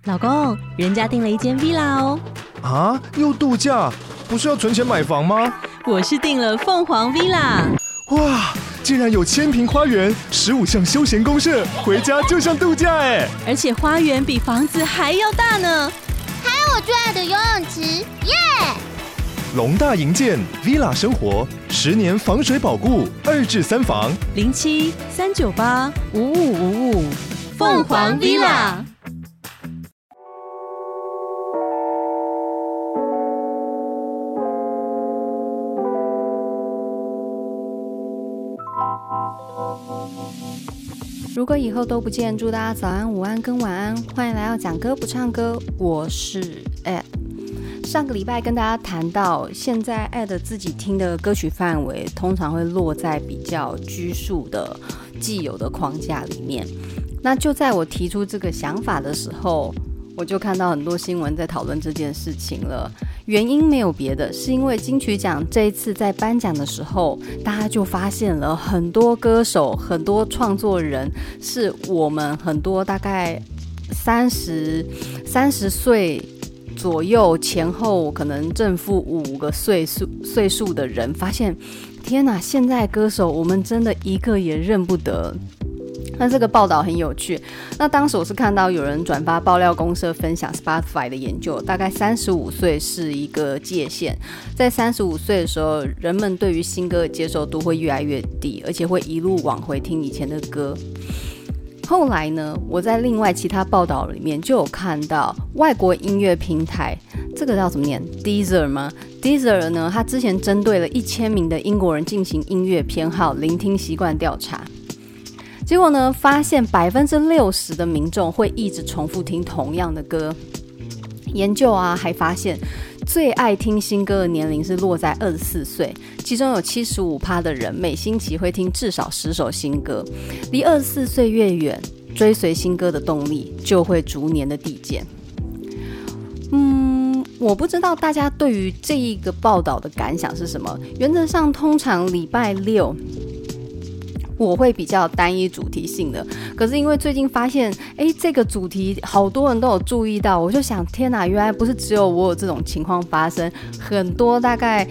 老公，人家订了一间 villa 哦。 啊，又度假？不是要存钱买房吗？ 我是订了凤凰 villa。 哇，竟然有1000坪花园，15项休闲公设，回家就像度假哎！ 而且花园比房子还要大呢。 还有我最爱的游泳池，耶！ 龙大营建 villa 生活，10年防水保固，2至3房 07-398-5555，凤凰 villa。 如果以后都不见，祝大家早安、午安跟晚安。欢迎来到讲歌不唱歌，我是 Ed。上个礼拜跟大家谈到，现在 Ed 自己听的歌曲范围通常会落在比较拘束的既有的框架里面。那就在我提出这个想法的时候，我就看到很多新闻在讨论这件事情了。原因没有别的，是因为金曲奖这一次在颁奖的时候，大家就发现了很多歌手、很多创作人，是我们很多大概30岁左右前后，可能正负5个岁数的人，发现天哪，现在歌手我们真的一个也认不得。那这个报道很有趣，那当时我是看到有人转发爆料公社分享 Spotify 的研究，大概35岁是一个界限，在35岁的时候，人们对于新歌的接受度会越来越低，而且会一路往回听以前的歌。后来呢，我在另外其他报道里面就有看到外国音乐平台，这个叫怎么念 Deezer 吗？ Deezer 呢，它之前针对了1000名的英国人进行音乐偏好聆听习惯调查，结果呢，发现60%的民众会一直重复听同样的歌。研究啊，还发现最爱听新歌的年龄是落在24岁，其中有75%的人每星期会听至少10首新歌。离24岁越远，追随新歌的动力就会逐年的递减。我不知道大家对于这一个报道的感想是什么。原则上，通常礼拜六我会比较单一主题性的，可是因为最近发现这个主题好多人都有注意到，我就想天哪，原来不是只有我有这种情况发生，很多大概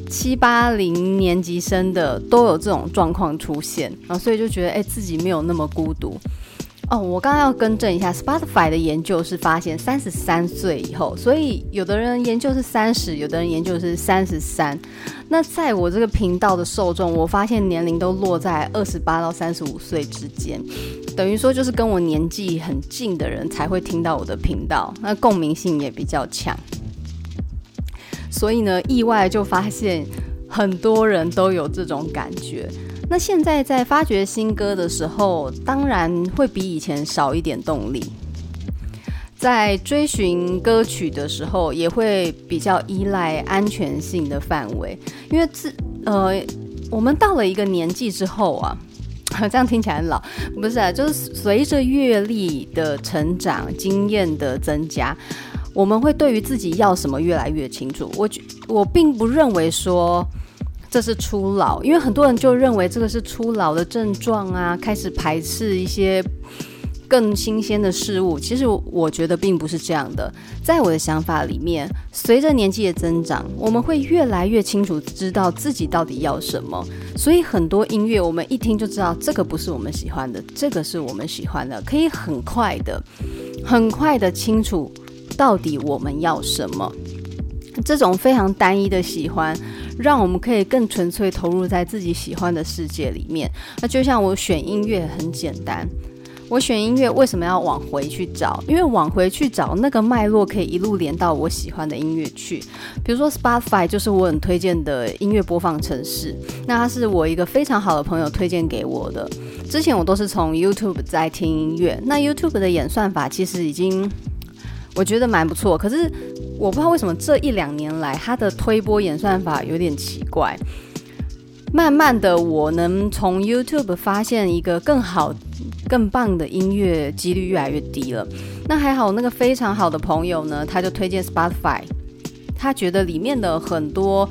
7、80年级生的都有这种状况出现，所以就觉得自己没有那么孤独。我刚刚要更正一下， Spotify 的研究是发现33岁以后，所以有的人研究是30，有的人研究是33。那在我这个频道的受众，我发现年龄都落在28到35岁之间，等于说就是跟我年纪很近的人才会听到我的频道，那共鸣性也比较强。所以呢，意外就发现很多人都有这种感觉。那现在在发掘新歌的时候，当然会比以前少一点动力，在追寻歌曲的时候也会比较依赖安全性的范围，因为我们到了一个年纪之后啊，这样听起来很老，不是就是随着阅历的成长、经验的增加，我们会对于自己要什么越来越清楚。我并不认为说这是初老，因为很多人就认为这个是初老的症状啊，开始排斥一些更新鲜的事物。其实我觉得并不是这样的，在我的想法里面，随着年纪的增长，我们会越来越清楚知道自己到底要什么，所以很多音乐我们一听就知道这个不是我们喜欢的，这个是我们喜欢的，可以很快的清楚到底我们要什么。这种非常单一的喜欢，让我们可以更纯粹投入在自己喜欢的世界里面。那就像我选音乐很简单，我选音乐为什么要往回去找？因为往回去找那个脉络可以一路连到我喜欢的音乐去。比如说 Spotify 就是我很推荐的音乐播放程式，那它是我一个非常好的朋友推荐给我的。之前我都是从 YouTube 在听音乐，那 YouTube 的演算法其实已经我觉得蛮不错，可是我不知道为什么这1-2年来它的推播演算法有点奇怪。慢慢的我能从 YouTube 发现一个更好更棒的音乐几率越来越低了。那还好那个非常好的朋友呢，他就推荐 Spotify， 他觉得里面的很多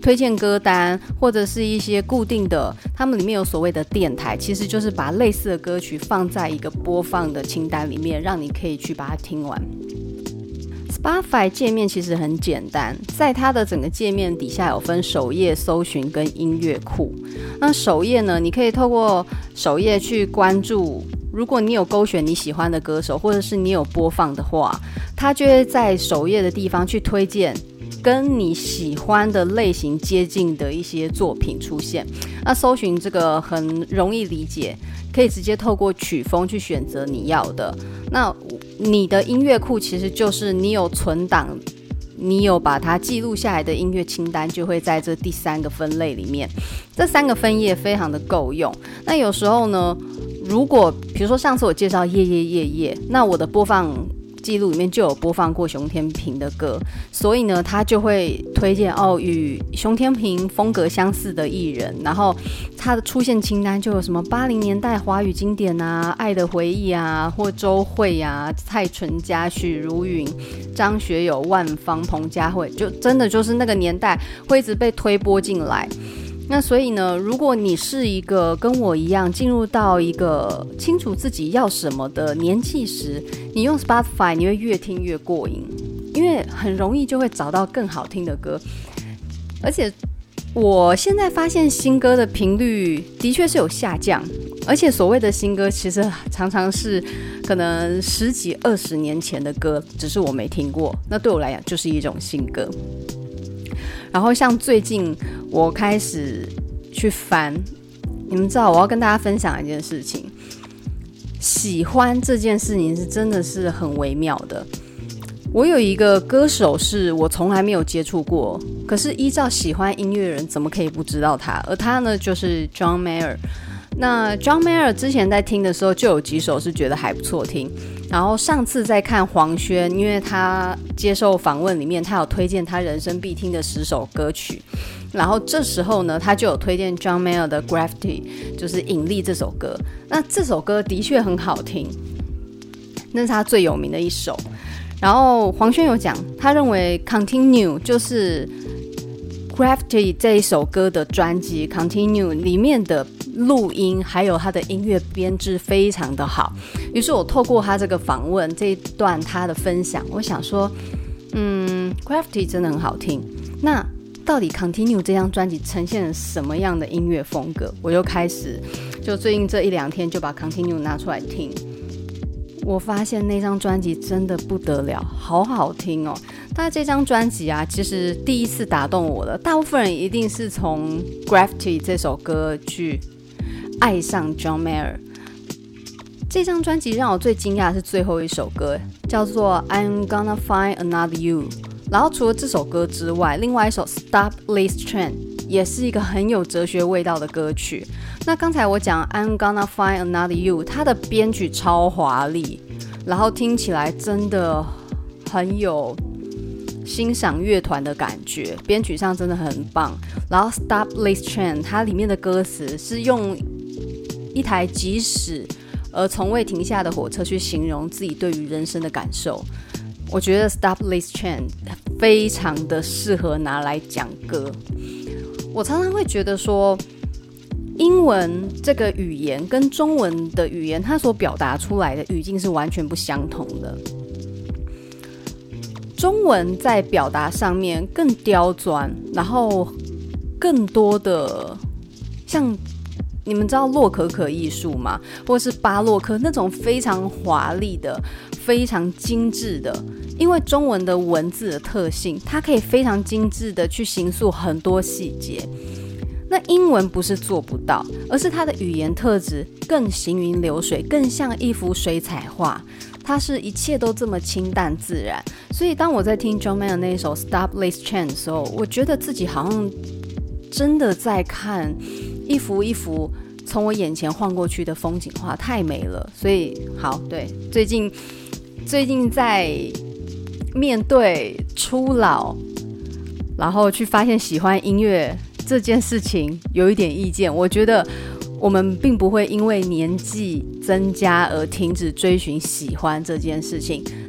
推荐歌单或者是一些固定的，他们里面有所谓的电台，其实就是把类似的歌曲放在一个播放的清单里面，让你可以去把它听完。Spotify 界面其实很简单，在它的整个界面底下有分首页、搜寻跟音乐库。那首页呢，你可以透过首页去关注，如果你有勾选你喜欢的歌手，或者是你有播放的话，它就会在首页的地方去推荐跟你喜欢的类型接近的一些作品出现。那搜寻这个很容易理解，可以直接透过曲风去选择你要的。那你的音乐库其实就是你有存档，你有把它记录下来的音乐清单，就会在这第3个分类里面。这3个分页非常的够用。那有时候呢，如果比如说上次我介绍夜夜夜夜，那我的播放记录里面就有播放过熊天平的歌，所以呢，他就会推荐与熊天平风格相似的艺人，然后他的出现清单就有什么80年代华语经典啊、爱的回忆啊，或周蕙啊、蔡淳佳、许茹芸、张学友、万芳、彭佳慧，就真的就是那个年代会一直被推播进来。那所以呢，如果你是一个跟我一样进入到一个清楚自己要什么的年纪时，你用 Spotify 你会越听越过瘾，因为很容易就会找到更好听的歌。而且我现在发现新歌的频率的确是有下降，而且所谓的新歌其实常常是可能10几20年前的歌，只是我没听过，那对我来讲就是一种新歌。然后像最近我开始去翻，你们知道我要跟大家分享一件事情，喜欢这件事情是真的是很微妙的。我有一个歌手是我从来没有接触过，可是依照喜欢音乐人怎么可以不知道他，而他呢就是 John Mayer。那 John Mayer 之前在听的时候就有几首是觉得还不错听，然后上次在看黄轩，因为他接受访问里面他有推荐他人生必听的10首歌曲，然后这时候呢他就有推荐 John Mayer 的 Gravity， 就是引力这首歌。那这首歌的确很好听，那是他最有名的一首。然后黄轩有讲，他认为 Continue 就是Gravity 这一首歌的专辑 Continue 里面的录音还有他的音乐编制非常的好，于是我透过他这个访问这一段他的分享，我想说Gravity 真的很好听，那到底 Continue 这张专辑呈现了什么样的音乐风格，我就开始就最近这1-2天就把 Continue 拿出来听，我发现那张专辑真的不得了，好好听哦。但这张专辑啊，其实第一次打动我的，大部分人一定是从 Gravity 这首歌去爱上 John Mayer。这张专辑让我最惊讶的是最后一首歌，叫做 I'm Gonna Find Another You。然后除了这首歌之外，另外一首 Stop This Train 也是一个很有哲学味道的歌曲。那刚才我讲 I'm Gonna Find Another You， 它的编曲超华丽，然后听起来真的很有欣赏乐团的感觉，编曲上真的很棒。然后 Stop This Train 它里面的歌词是用一台即使从未停下的火车去形容自己对于人生的感受。我觉得 Stop This Train 非常的适合拿来讲歌。我常常会觉得说，英文这个语言跟中文的语言它所表达出来的语境是完全不相同的。中文在表达上面更刁钻，然后更多的像你们知道洛可可艺术吗？或是巴洛克那种非常华丽的非常精致的，因为中文的文字的特性，它可以非常精致的去形塑很多细节。那英文不是做不到，而是它的语言特质更行云流水，更像一幅水彩画，它是一切都这么清淡自然。所以当我在听 John Mayer 那一首 Stop This Train 的时候，我觉得自己好像真的在看一幅一幅从我眼前晃过去的风景画，太美了。所以好，对，最近在面对初老，然后去发现喜欢音乐这件事情有一点意见。我觉得我们并不会因为年纪增加而停止追寻喜欢这件事情，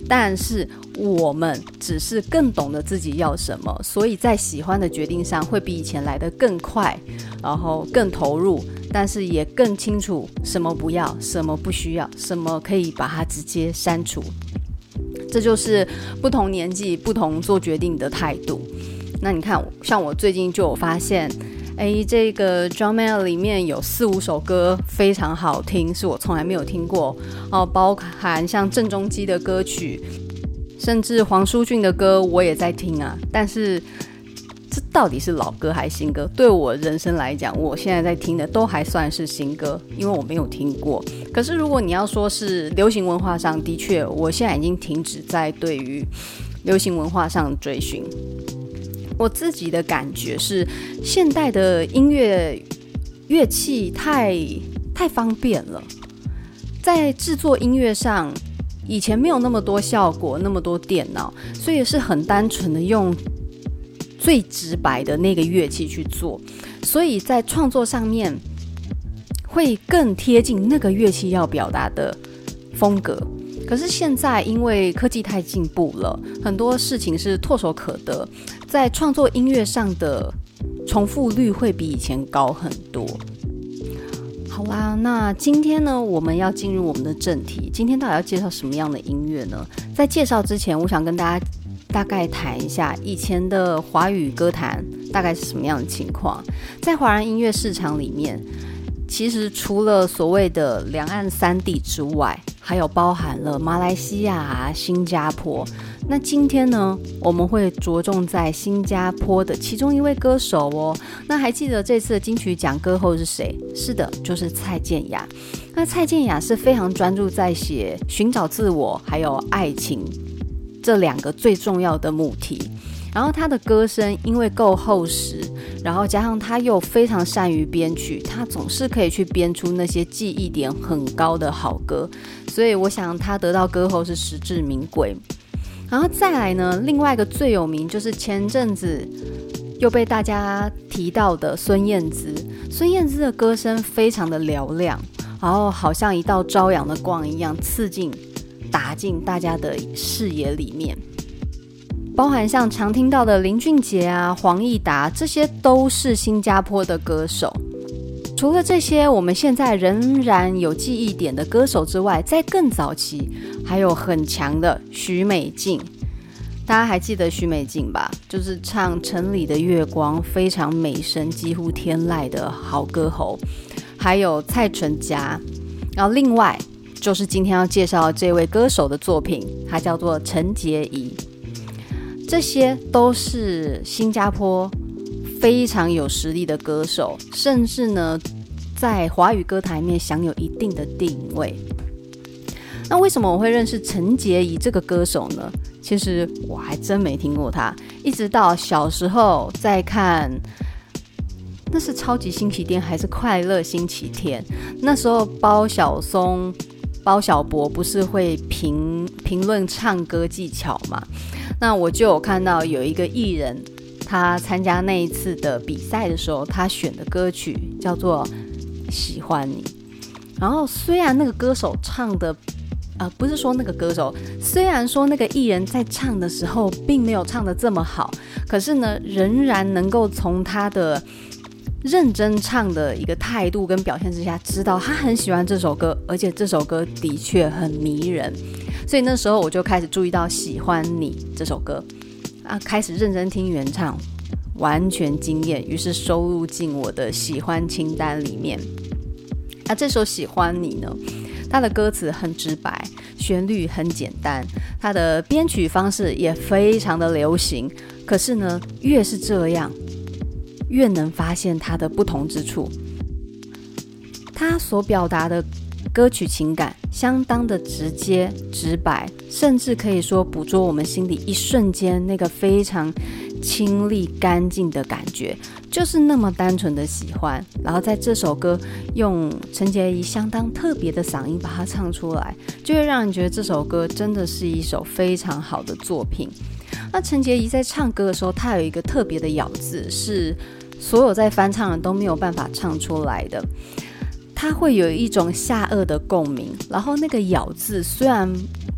但是我们只是更懂得自己要什么，所以在喜欢的决定上会比以前来得更快，然后更投入，但是也更清楚什么不要，什么不需要，什么可以把它直接删除。这就是不同年纪不同做决定的态度。那你看，像我最近就有发现，这个 John Mayer 里面有4-5首歌非常好听，是我从来没有听过包含像郑中基的歌曲，甚至黄舒骏的歌我也在听啊。但是这到底是老歌还是新歌？对我人生来讲，我现在在听的都还算是新歌，因为我没有听过。可是如果你要说是流行文化上，的确我现在已经停止在对于流行文化上追寻。我自己的感觉是，现代的音乐乐器太方便了，在制作音乐上，以前没有那么多效果，那么多电脑，所以是很单纯的用最直白的那个乐器去做，所以在创作上面会更贴近那个乐器要表达的风格。可是现在因为科技太进步了，很多事情是唾手可得，在创作音乐上的重复率会比以前高很多。好啦，那今天呢，我们要进入我们的正题。今天到底要介绍什么样的音乐呢？在介绍之前，我想跟大家大概谈一下以前的华语歌坛大概是什么样的情况。在华人音乐市场里面，其实除了所谓的两岸三地之外，还有包含了马来西亚、新加坡。那今天呢，我们会着重在新加坡的其中一位歌手哦。那还记得这次的金曲奖歌后是谁？是的，就是蔡健雅。那蔡健雅是非常专注在写寻找自我还有爱情这2个最重要的母题。然后他的歌声因为够厚实，然后加上他又非常善于编曲，他总是可以去编出那些记忆点很高的好歌，所以我想他得到歌后是实至名归。然后再来呢，另外一个最有名就是前阵子又被大家提到的孙燕姿。孙燕姿的歌声非常的嘹亮，然后好像一道朝阳的光一样打进大家的视野里面。包含像常听到的林俊杰啊、黄义达，这些都是新加坡的歌手。除了这些我们现在仍然有记忆点的歌手之外，在更早期还有很强的许美静。大家还记得许美静吧？就是唱《城里的月光》非常美声几乎天籁的好歌喉。还有蔡淳佳，然后另外就是今天要介绍这位歌手的作品，他叫做陈洁仪。这些都是新加坡非常有实力的歌手，甚至呢在华语歌坛里面享有一定的定位。那为什么我会认识陈洁仪这个歌手呢？其实我还真没听过他，一直到小时候在看，那是超级星期天还是快乐星期天，那时候包小松、包小柏不是会评论唱歌技巧嘛？那我就有看到有一个艺人，他参加那一次的比赛的时候，他选的歌曲叫做《喜欢你》。然后虽然那个歌手唱的不是说那个歌手，虽然说那个艺人在唱的时候并没有唱得这么好，可是呢仍然能够从他的认真唱的一个态度跟表现之下，知道他很喜欢这首歌，而且这首歌的确很迷人。所以那时候我就开始注意到《喜欢你》这首歌开始认真听原唱，完全惊艳，于是收入进我的喜欢清单里面。这首《喜欢你》呢，它的歌词很直白，旋律很简单，它的编曲方式也非常的流行。可是呢，越是这样，越能发现它的不同之处。它所表达的歌曲情感相当的直接直白，甚至可以说捕捉我们心里一瞬间那个非常清丽干净的感觉，就是那么单纯的喜欢。然后在这首歌用陈洁仪相当特别的嗓音把它唱出来，就会让人觉得这首歌真的是一首非常好的作品。那陈洁仪在唱歌的时候，她有一个特别的咬字，是所有在翻唱人都没有办法唱出来的。它会有一种下颚的共鸣，然后那个咬字虽然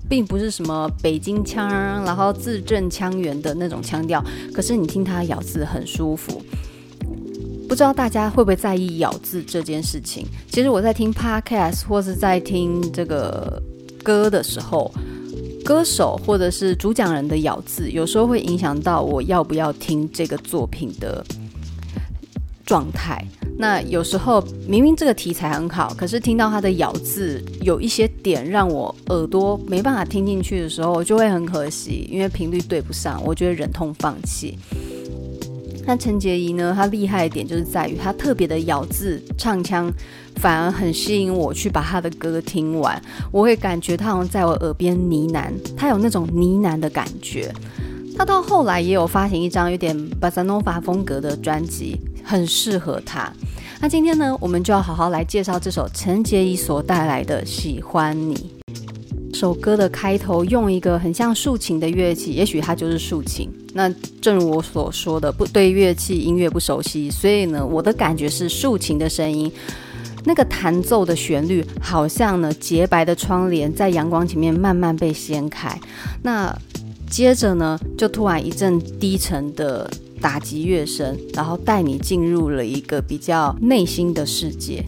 并不是什么北京腔，然后字正腔圆的那种腔调，可是你听他咬字很舒服。不知道大家会不会在意咬字这件事情？其实我在听 podcast 或是在听这个歌的时候，歌手或者是主讲人的咬字，有时候会影响到我要不要听这个作品的状态。那有时候明明这个题材很好，可是听到他的咬字有一些点让我耳朵没办法听进去的时候，就会很可惜，因为频率对不上，我就会忍痛放弃。那陈洁仪呢，她厉害的点就是在于她特别的咬字唱腔，反而很吸引我去把她的歌听完。我会感觉她好像在我耳边呢喃，她有那种呢喃的感觉。她到后来也有发行一张有点巴萨诺瓦风格的专辑，很适合她。那今天呢，我们就要好好来介绍这首陈洁仪所带来的《喜欢你》。这首歌的开头用一个很像竖琴的乐器，也许它就是竖琴。那正如我所说的，不对乐器音乐不熟悉，所以呢，我的感觉是竖琴的声音，那个弹奏的旋律好像呢洁白的窗帘在阳光前面慢慢被掀开。那接着呢，就突然一阵低沉的打击乐声，然后带你进入了一个比较内心的世界。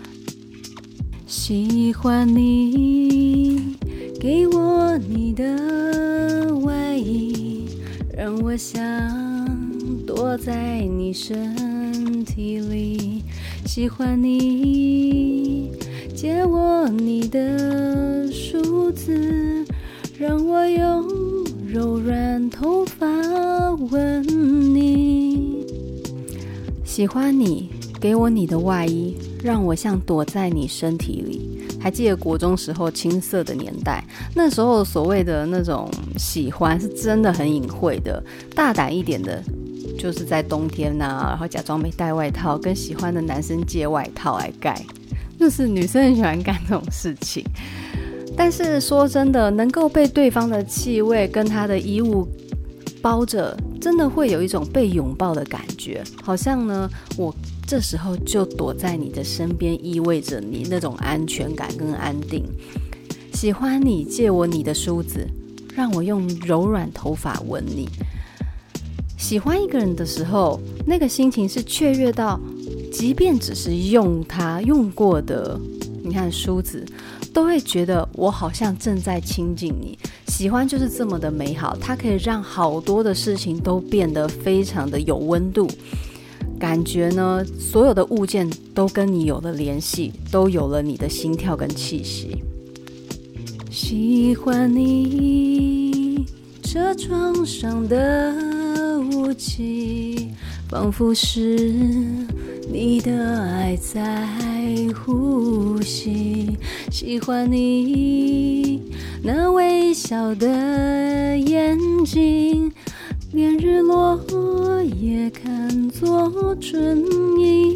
喜欢你，给我你的外衣，让我想躲在你身体里。喜欢你，借我你的梳子，让我用柔软头发吻你。喜欢你，给我你的外衣，让我像躲在你身体里。还记得国中时候青涩的年代，那时候所谓的那种喜欢是真的很隐晦的，大胆一点的就是在冬天啊，然后假装没带外套，跟喜欢的男生借外套来盖，就是女生很喜欢干这种事情。但是说真的，能够被对方的气味跟他的衣物包着，真的会有一种被拥抱的感觉，好像呢，我这时候就躲在你的身边，意味着你那种安全感跟安定。喜欢你，借我你的梳子，让我用柔软头发吻你。喜欢一个人的时候，那个心情是雀跃到，即便只是用它用过的，你看梳子，都会觉得我好像正在亲近你。喜欢就是这么的美好，它可以让好多的事情都变得非常的有温度。感觉呢，所有的物件都跟你有了联系，都有了你的心跳跟气息。喜欢你，车窗上的雾气，仿佛是你的爱在呼吸。喜欢你那微笑的眼睛，连日落也看作春意。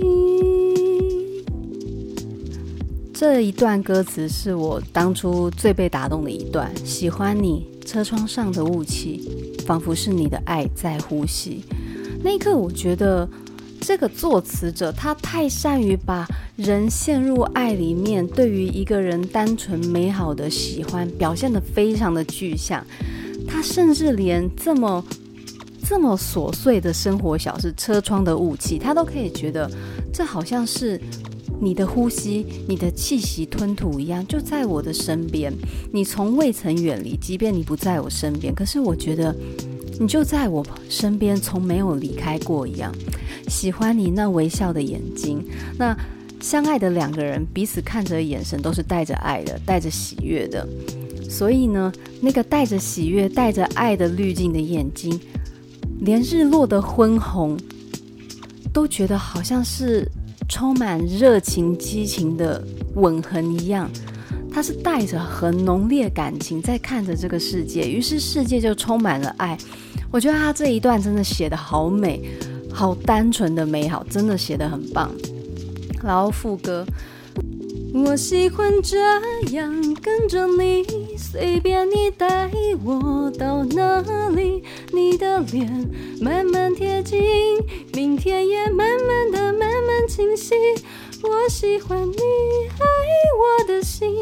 这一段歌词是我当初最被打动的一段。喜欢你，车窗上的雾气，仿佛是你的爱在呼吸。那一刻我觉得这个作词者他太善于把人陷入爱里面，对于一个人单纯美好的喜欢表现得非常的具象。他甚至连这么琐碎的生活小事，车窗的雾气，他都可以觉得这好像是你的呼吸，你的气息吞吐一样，就在我的身边。你从未曾远离，即便你不在我身边，可是我觉得你就在我身边，从没有离开过一样。喜欢你那微笑的眼睛，那相爱的两个人彼此看着的眼神都是带着爱的，带着喜悦的。所以呢，那个带着喜悦带着爱的滤镜的眼睛，连日落的昏红都觉得好像是充满热情激情的吻痕一样。他是带着很浓烈感情在看着这个世界，于是世界就充满了爱。我觉得他这一段真的写得好美，好单纯的美好，真的写得很棒。然后副歌，我喜欢这样跟着你，随便你带我到哪里，你的脸慢慢贴近，明天也慢慢的慢慢清晰。我喜欢你爱我的心，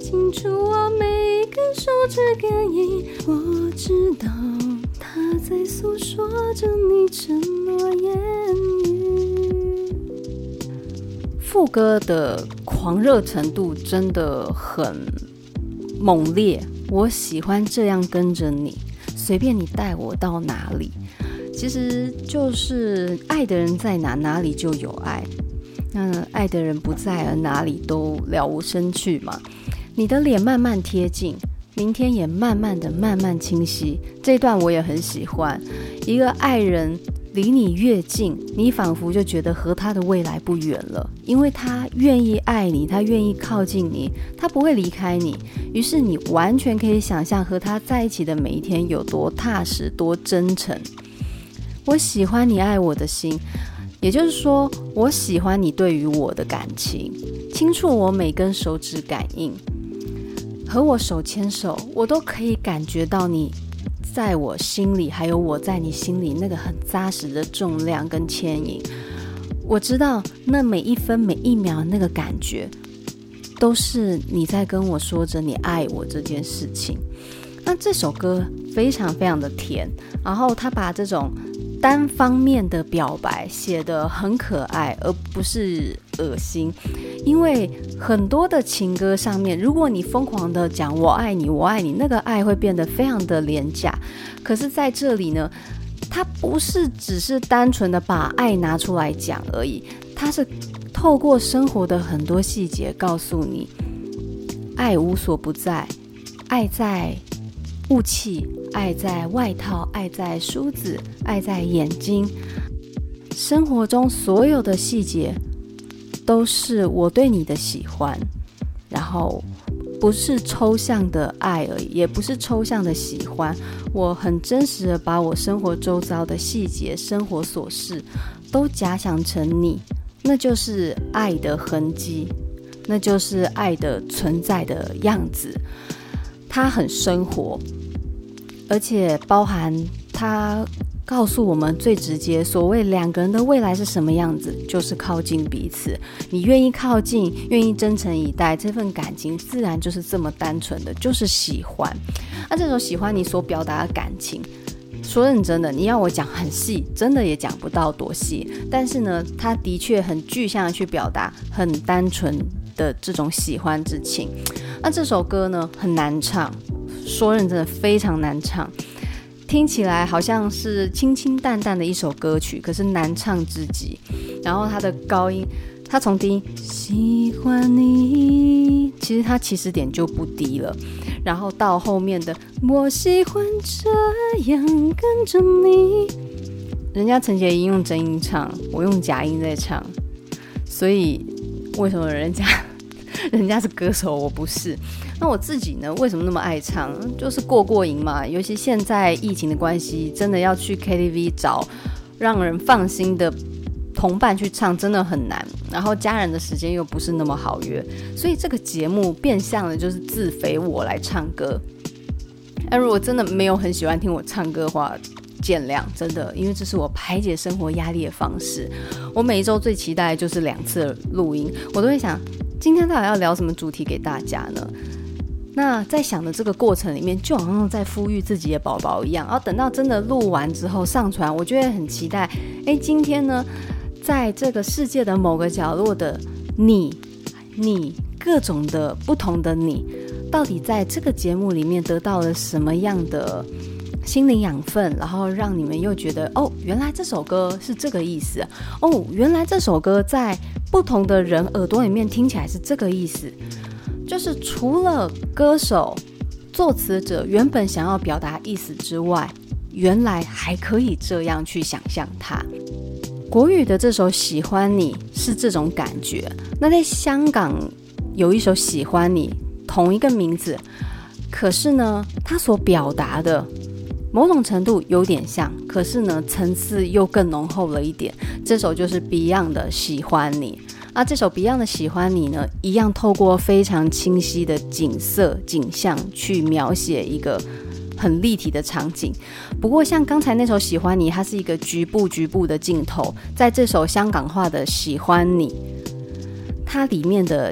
清楚我每根手指感应，我知道它在诉说着你承诺言语。副歌的狂热程度真的很猛烈，我喜欢这样跟着你，随便你带我到哪里。其实就是爱的人在哪，哪里就有爱。那爱的人不在，而哪里都了无生趣嘛。你的脸慢慢贴近，明天也慢慢清晰。这段我也很喜欢。一个爱人离你越近，你仿佛就觉得和他的未来不远了，因为他愿意爱你，他愿意靠近你，他不会离开你。于是你完全可以想象和他在一起的每一天有多踏实，多真诚。我喜欢你爱我的心，也就是说，我喜欢你对于我的感情，清楚我每根手指感应。和我手牵手，我都可以感觉到你在我心里，还有我在你心里那个很扎实的重量跟牵引。我知道那每一分每一秒那个感觉，都是你在跟我说着你爱我这件事情。那这首歌非常非常的甜，然后他把这种单方面的表白写得很可爱，而不是恶心。因为很多的情歌上面，如果你疯狂的讲我爱你我爱你，那个爱会变得非常的廉价。可是在这里呢，它不是只是单纯的把爱拿出来讲而已，它是透过生活的很多细节告诉你，爱无所不在，爱在雾气，爱在外套，爱在梳子，爱在眼睛。生活中所有的细节都是我对你的喜欢，然后不是抽象的爱而已，也不是抽象的喜欢。我很真实的把我生活周遭的细节、生活琐事都假想成你，那就是爱的痕迹，那就是爱的存在的样子。它很生活，而且包含它告诉我们最直接，所谓两个人的未来是什么样子，就是靠近彼此。你愿意靠近，愿意真诚以待，这份感情自然就是这么单纯的，就是喜欢。那这种喜欢你所表达的感情，说认真的，你要我讲很细，真的也讲不到多细。但是呢，它的确很具象的去表达很单纯的这种喜欢之情。那这首歌呢，很难唱，说认真的非常难唱。听起来好像是清清淡淡的一首歌曲，可是难唱之极。然后它的高音，它从低音喜欢你，其实它起始点就不低了，然后到后面的我喜欢这样跟着你，人家陈洁仪用真音唱，我用假音在唱，所以为什么人家是歌手，我不是？那我自己呢？为什么那么爱唱？就是过瘾嘛。尤其现在疫情的关系，真的要去 KTV 找让人放心的同伴去唱，真的很难。然后家人的时间又不是那么好约，所以这个节目变相的就是自肥我来唱歌。那如果真的没有很喜欢听我唱歌的话，见谅，真的，因为这是我排解生活压力的方式。我每一周最期待的就是2次的录音，我都会想，今天到底要聊什么主题给大家呢？那在想的这个过程里面，就好像在孵育自己的宝宝一样，然后等到真的录完之后上传，我就会很期待，今天呢，在这个世界的某个角落的你各种的不同的你，到底在这个节目里面得到了什么样的心灵养分，然后让你们又觉得，原来这首歌是这个意思，原来这首歌在不同的人耳朵里面听起来是这个意思。就是除了歌手、作词者原本想要表达意思之外，原来还可以这样去想象它。国语的这首《喜欢你》是这种感觉，那在香港有一首《喜欢你》，同一个名字，可是呢，它所表达的某种程度有点像，可是呢，层次又更浓厚了一点。这首就是 Beyond 的《喜欢你》。这首 Beyond 的《喜欢你》呢，一样透过非常清晰的景色、景象去描写一个很立体的场景。不过像刚才那首《喜欢你》，它是一个局部的镜头，在这首香港话的《喜欢你》，它里面的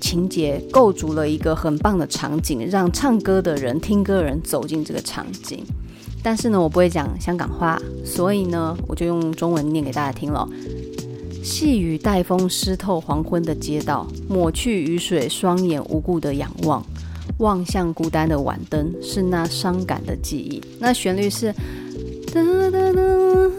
情节构筑了一个很棒的场景，让唱歌的人、听歌的人走进这个场景。但是呢，我不会讲香港话，所以呢，我就用中文念给大家听了。细雨带风湿透黄昏的街道，抹去雨水，双眼无故的仰望，望向孤单的晚灯，是那伤感的记忆。那旋律是哒哒哒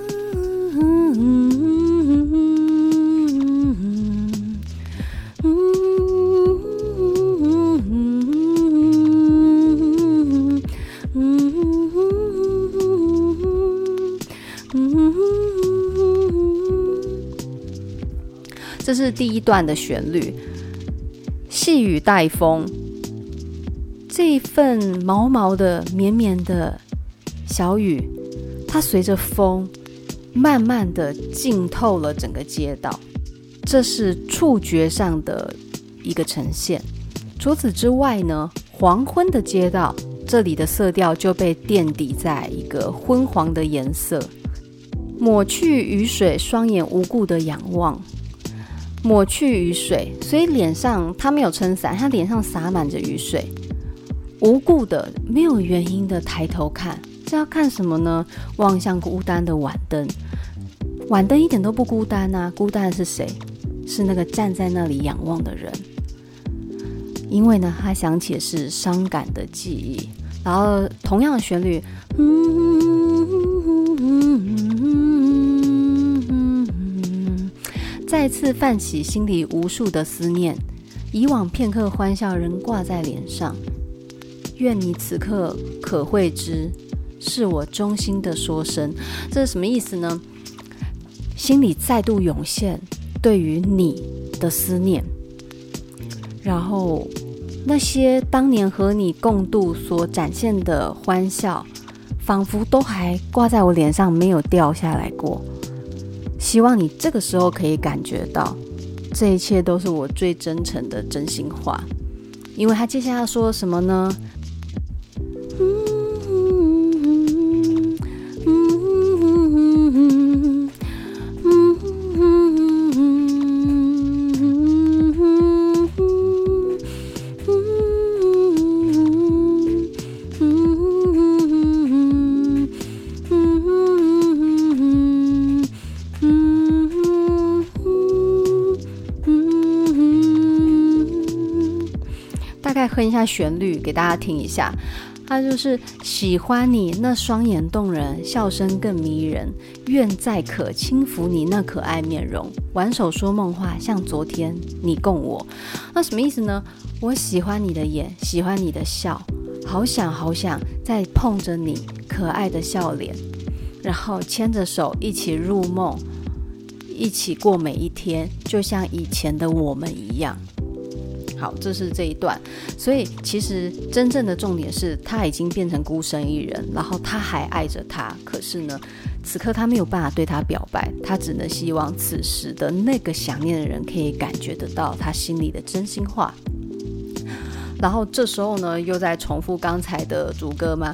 这是第一段的旋律，细雨带风，这一份毛毛的绵绵的小雨，它随着风慢慢的浸透了整个街道，这是触觉上的一个呈现。除此之外呢，黄昏的街道，这里的色调就被垫底在一个昏黄的颜色，抹去雨水，双眼无故的仰望，抹去雨水，所以脸上他没有撑伞，他脸上洒满着雨水，无故的没有原因的抬头看，这要看什么呢？望向孤单的晚灯，晚灯一点都不孤单啊，孤单的是谁？是那个站在那里仰望的人。因为呢，他想起的是伤感的记忆，然后同样的旋律，再次泛起心里无数的思念，以往片刻欢笑仍挂在脸上，愿你此刻可会知，是我衷心的说声。这是什么意思呢？心里再度涌现对于你的思念，然后那些当年和你共度所展现的欢笑，仿佛都还挂在我脸上，没有掉下来过。希望你这个时候可以感觉到，这一切都是我最真诚的真心话。因为他接下来要说什么呢？大概哼一下旋律给大家听一下，他就是喜欢你那双眼动人，笑声更迷人，愿再可轻抚你那可爱面容，挽手说梦话，像昨天你共我。那什么意思呢？我喜欢你的眼，喜欢你的笑，好想好想再碰着你可爱的笑脸，然后牵着手一起入梦，一起过每一天，就像以前的我们一样。好，这是这一段。所以其实真正的重点是他已经变成孤身一人，然后他还爱着他，可是呢此刻他没有办法对他表白，他只能希望此时的那个想念的人可以感觉得到他心里的真心话。然后这时候呢又在重复刚才的主歌嘛，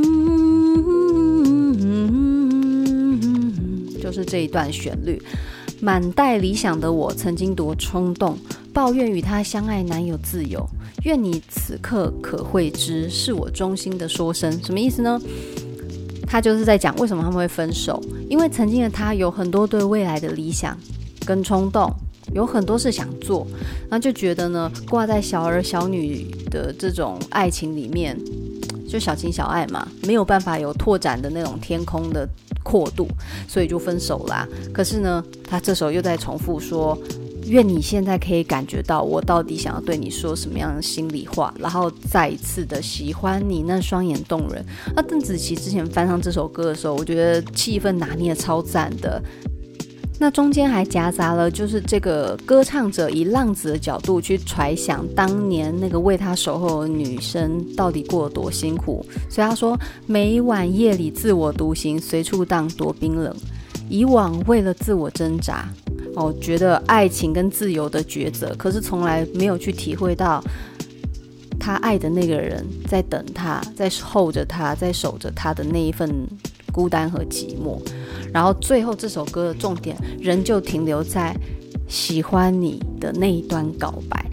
就是这一段旋律。满带理想的我曾经多冲动，抱怨与他相爱难有自由，愿你此刻可会知，是我衷心的说声。什么意思呢？他就是在讲为什么他们会分手，因为曾经的他有很多对未来的理想跟冲动，有很多事想做，然后就觉得呢挂在小儿小女的这种爱情里面，就小情小爱嘛，没有办法有拓展的那种天空的阔度，所以就分手啦。可是呢他这时候又在重复说，愿你现在可以感觉到我到底想要对你说什么样的心里话，然后再一次的喜欢你那双眼动人。那邓紫棋之前翻唱这首歌的时候，我觉得气氛拿捏超赞的。那中间还夹杂了就是这个歌唱者以浪子的角度去揣想当年那个为他守候的女生到底过得多辛苦，所以他说每晚夜里自我独行，随处荡多冰冷，以往为了自我挣扎，觉得爱情跟自由的抉择，可是从来没有去体会到他爱的那个人在等他，在候着他，在守着他的那一份孤单和寂寞。然后最后这首歌的重点仍旧停留在喜欢你的那一段告白，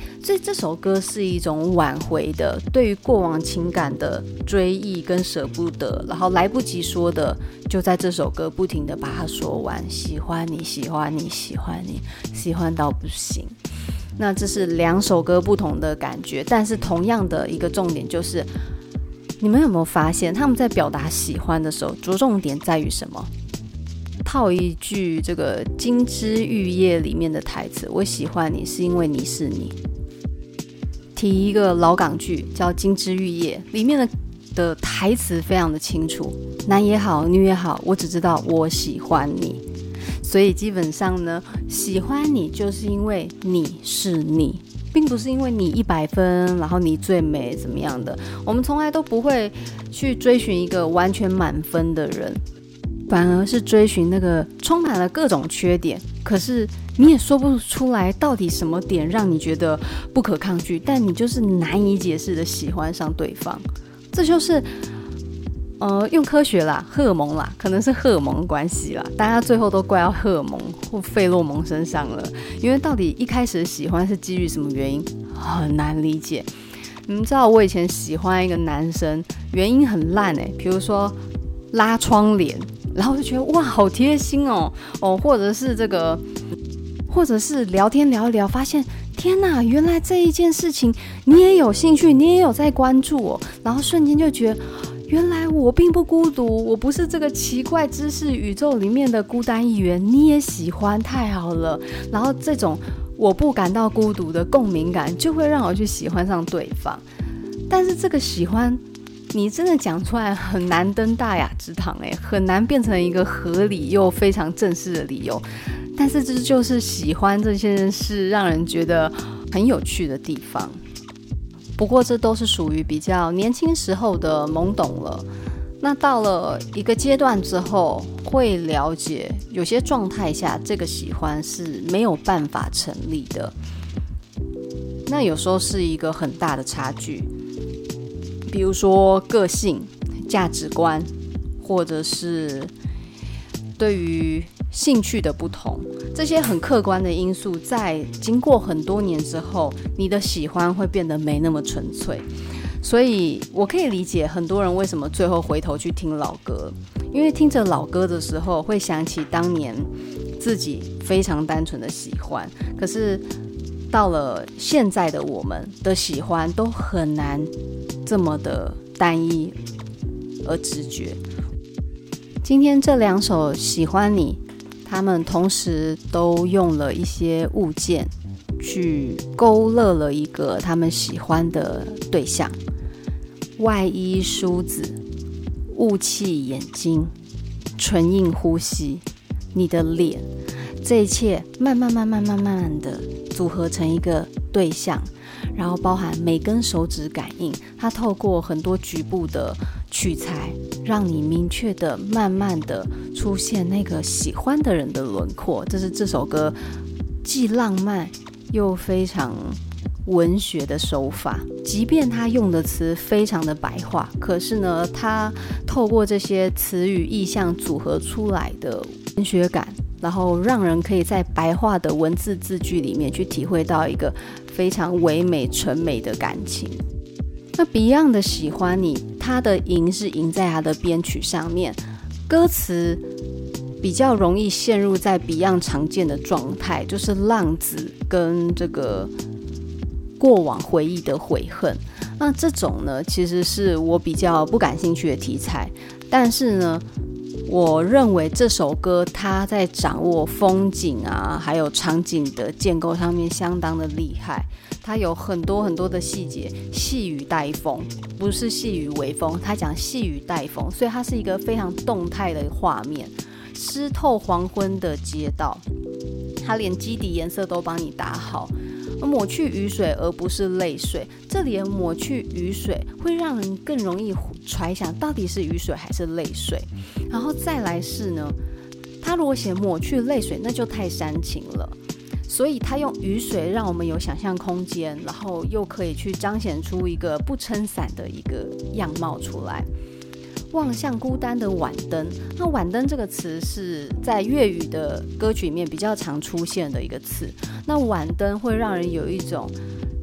所以这首歌是一种挽回的，对于过往情感的追忆跟舍不得，然后来不及说的，就在这首歌不停的把它说完。喜欢你，喜欢你，喜欢你，喜欢到不行。那这是2首歌不同的感觉，但是同样的一个重点就是，你们有没有发现他们在表达喜欢的时候，着重点在于什么？套一句这个《金枝玉叶》里面的台词，我喜欢你是因为你是你。提一个老港剧叫《金枝玉叶》，里面的台词非常的清楚，男也好，女也好，我只知道我喜欢你。所以基本上呢，喜欢你就是因为你是你，并不是因为你100分，然后你最美怎么样的。我们从来都不会去追寻一个完全满分的人，反而是追寻那个充满了各种缺点，可是你也说不出来到底什么点让你觉得不可抗拒，但你就是难以解释的喜欢上对方。这就是用科学啦，荷尔蒙啦，可能是荷尔蒙关系啦，大家最后都怪到荷尔蒙或费洛蒙身上了。因为到底一开始的喜欢是基于什么原因，很难理解。你们知道我以前喜欢一个男生，原因很烂比如说拉窗帘，然后就觉得哇好贴心哦，或者是聊天聊一聊，发现天哪，原来这一件事情你也有兴趣，你也有在关注哦，然后瞬间就觉得原来我并不孤独，我不是这个奇怪知识宇宙里面的孤单一员，你也喜欢，太好了。然后这种我不感到孤独的共鸣感，就会让我去喜欢上对方。但是这个喜欢，你真的讲出来很难登大雅之堂很难变成一个合理又非常正式的理由。但是这就是喜欢这件事让人觉得很有趣的地方。不过这都是属于比较年轻时候的懵懂了，那到了一个阶段之后，会了解有些状态下这个喜欢是没有办法成立的。那有时候是一个很大的差距，比如说个性、价值观，或者是对于兴趣的不同，这些很客观的因素，在经过很多年之后，你的喜欢会变得没那么纯粹。所以我可以理解很多人为什么最后回头去听老歌，因为听着老歌的时候会想起当年自己非常单纯的喜欢，可是到了现在的我们的喜欢都很难这么的单一而直觉。今天这2首喜欢你，他们同时都用了一些物件去勾勒了一个他们喜欢的对象，外衣、梳子、雾气、眼睛、唇印、呼吸、你的脸，这一切慢慢的组合成一个对象，然后包含每根手指感应，它透过很多局部的取材，让你明确的慢慢的出现那个喜欢的人的轮廓。这是这首歌既浪漫又非常文学的手法，即便他用的词非常的白话，可是呢，他透过这些词语意象组合出来的文学感，然后让人可以在白话的文字字句里面去体会到一个非常唯美纯美的感情。那 Beyond 的喜欢你，他的赢是赢在他的编曲上面，歌词比较容易陷入在 Beyond 常见的状态，就是浪子跟这个过往回忆的悔恨。那这种呢，其实是我比较不感兴趣的题材，但是呢，我认为这首歌它在掌握风景啊，还有场景的建构上面相当的厉害。它有很多很多的细节，细雨带风，不是细雨微风，它讲细雨带风，所以它是一个非常动态的画面。湿透黄昏的街道，它连基底颜色都帮你打好，抹去雨水而不是泪水。这里的抹去雨水会让人更容易揣想到底是雨水还是泪水。然后再来是呢，他如果写抹去泪水，那就太煽情了，所以他用雨水让我们有想象空间，然后又可以去彰显出一个不撑伞的一个样貌出来。望向孤单的晚灯，那晚灯这个词是在粤语的歌曲里面比较常出现的一个词。那晚灯会让人有一种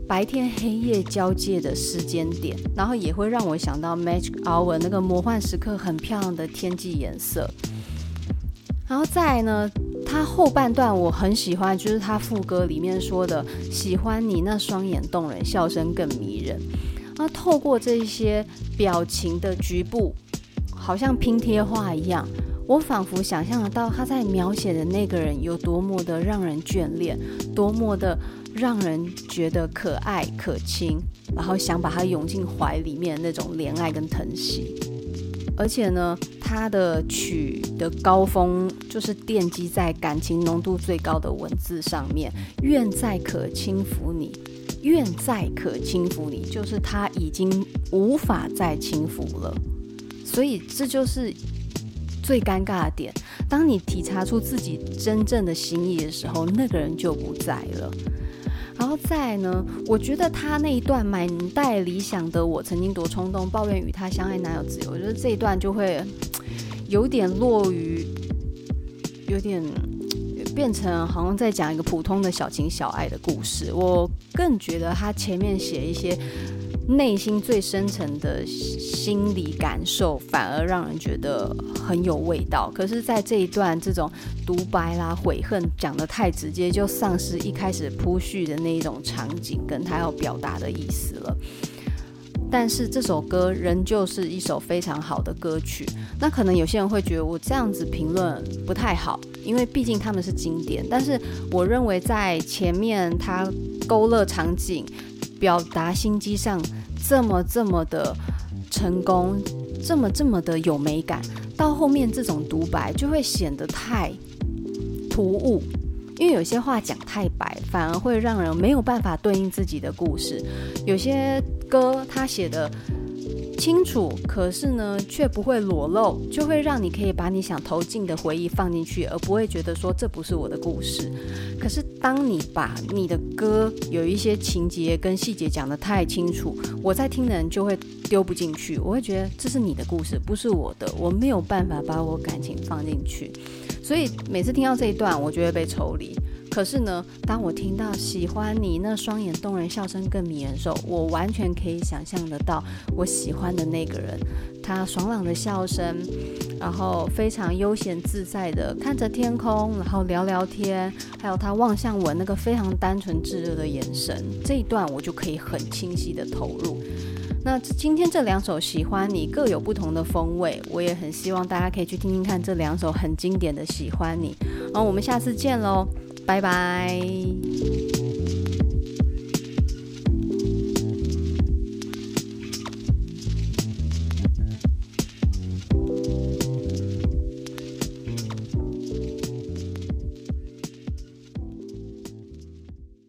白天黑夜交界的时间点，然后也会让我想到 Magic Hour 那个魔幻时刻很漂亮的天际颜色。然后再来呢，他后半段我很喜欢，就是他副歌里面说的喜欢你那双眼动人，笑声更迷人。然后透过这些表情的局部，好像拼贴画一样，我仿佛想象得到他在描写的那个人有多么的让人眷恋，多么的让人觉得可爱可亲，然后想把他拥进怀里面的那种怜爱跟疼惜。而且呢，他的曲的高峰就是奠基在感情浓度最高的文字上面，愿再可轻抚你，愿再可轻抚你，就是他已经无法再轻抚了。所以这就是最尴尬的点，当你体察出自己真正的心意的时候，那个人就不在了。然后再来呢，我觉得他那一段满带理想的我曾经多冲动，抱怨与他相爱哪有自由，我觉得这一段就会有点落于有点变成好像在讲一个普通的小情小爱的故事。我更觉得他前面写一些内心最深层的心理感受，反而让人觉得很有味道。可是在这一段这种独白啦悔恨讲得太直接，就丧失一开始铺叙的那一种场景跟他要表达的意思了。但是这首歌仍旧是一首非常好的歌曲。那可能有些人会觉得我这样子评论不太好，因为毕竟他们是经典。但是我认为在前面他勾勒场景表达心机上这么的成功，这么的有美感，到后面这种独白就会显得太突兀，因为有些话讲太白，反而会让人没有办法对应自己的故事。有些歌他写的清楚，可是呢却不会裸露，就会让你可以把你想投进的回忆放进去，而不会觉得说这不是我的故事。可是当你把你的歌有一些情节跟细节讲得太清楚，我在听的人就会丢不进去，我会觉得这是你的故事，不是我的，我没有办法把我感情放进去。所以每次听到这一段我就会被抽离。可是呢，当我听到喜欢你那双眼动人，笑声更迷人的时候，我完全可以想象得到我喜欢的那个人，他爽朗的笑声，然后非常悠闲自在的看着天空，然后聊聊天，还有他望向我那个非常单纯炙热的眼神，这一段我就可以很清晰的投入。那今天这两首喜欢你各有不同的风味，我也很希望大家可以去听听看这两首很经典的喜欢你。然后我们下次见咯，拜拜。